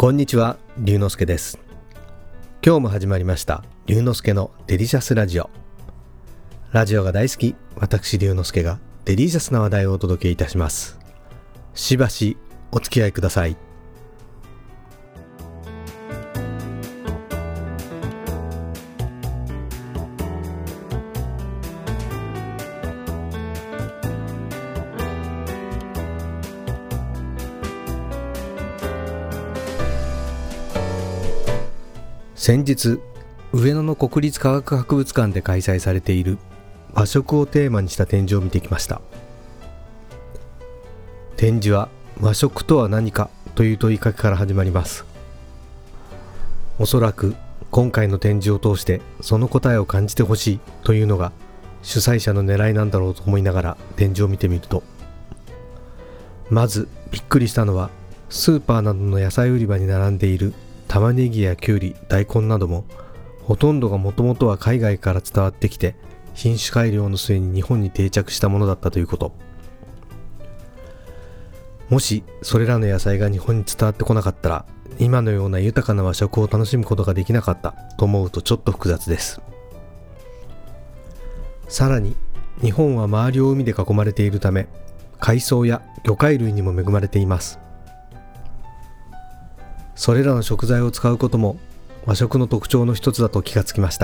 こんにちは、龍之介です。今日も始まりました龍之介のデリシャスラジオ。ラジオが大好き、私龍之介がデリシャスな話題をお届けいたします。しばしお付き合いください。先日、上野の国立科学博物館で開催されている和食をテーマにした展示を見てきました。展示は和食とは何かという問いかけから始まります。おそらく今回の展示を通してその答えを感じてほしいというのが主催者の狙いなんだろうと思いながら展示を見てみると、まずびっくりしたのはスーパーなどの野菜売り場に並んでいる玉ねぎやきゅうり、大根などもほとんどがもともとは海外から伝わってきて品種改良の末に日本に定着したものだったということ。もしそれらの野菜が日本に伝わってこなかったら今のような豊かな和食を楽しむことができなかったと思うとちょっと複雑です。さらに日本は周りを海で囲まれているため海藻や魚介類にも恵まれています。それらの食材を使うことも和食の特徴の一つだと気がつきました。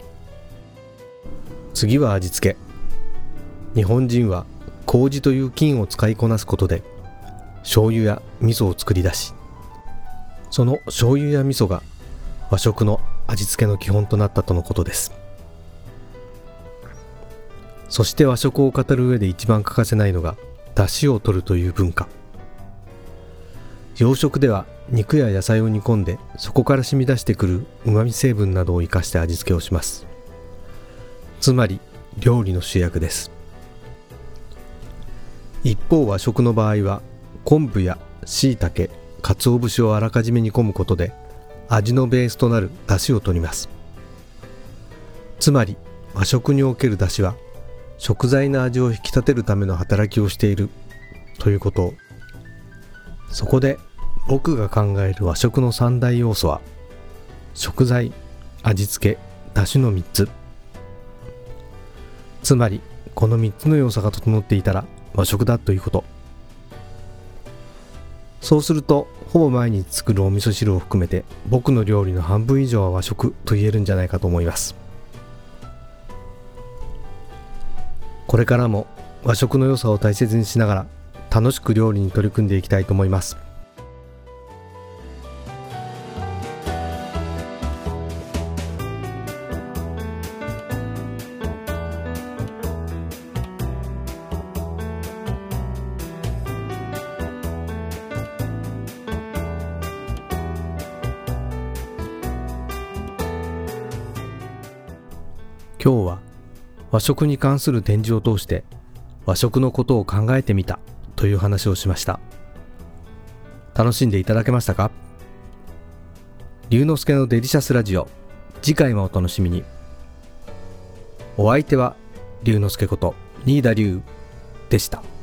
次は味付け。日本人は麹という菌を使いこなすことで醤油や味噌を作り出し、その醤油や味噌が和食の味付けの基本となったとのことです。そして和食を語る上で一番欠かせないのが出汁を取るという文化。洋食では肉や野菜を煮込んでそこから染み出してくる旨味成分などを生かして味付けをします。つまり料理の主役です。一方和食の場合は昆布や椎茸、鰹節をあらかじめ煮込むことで味のベースとなる出汁を取ります。つまり和食における出汁は食材の味を引き立てるための働きをしているということを。そこで僕が考える和食の三大要素は食材、味付け、出汁の3つ。つまりこの3つの要素が整っていたら和食だということ。そうするとほぼ毎日作るお味噌汁を含めて僕の料理の半分以上は和食と言えるんじゃないかと思います。これからも和食の良さを大切にしながら楽しく料理に取り組んでいきたいと思います。今日は和食に関する展示を通して和食のことを考えてみたという話をしました。楽しんでいただけましたか？龍之介のデリシャスラジオ、次回もお楽しみに。お相手は龍之介こと新田龍でした。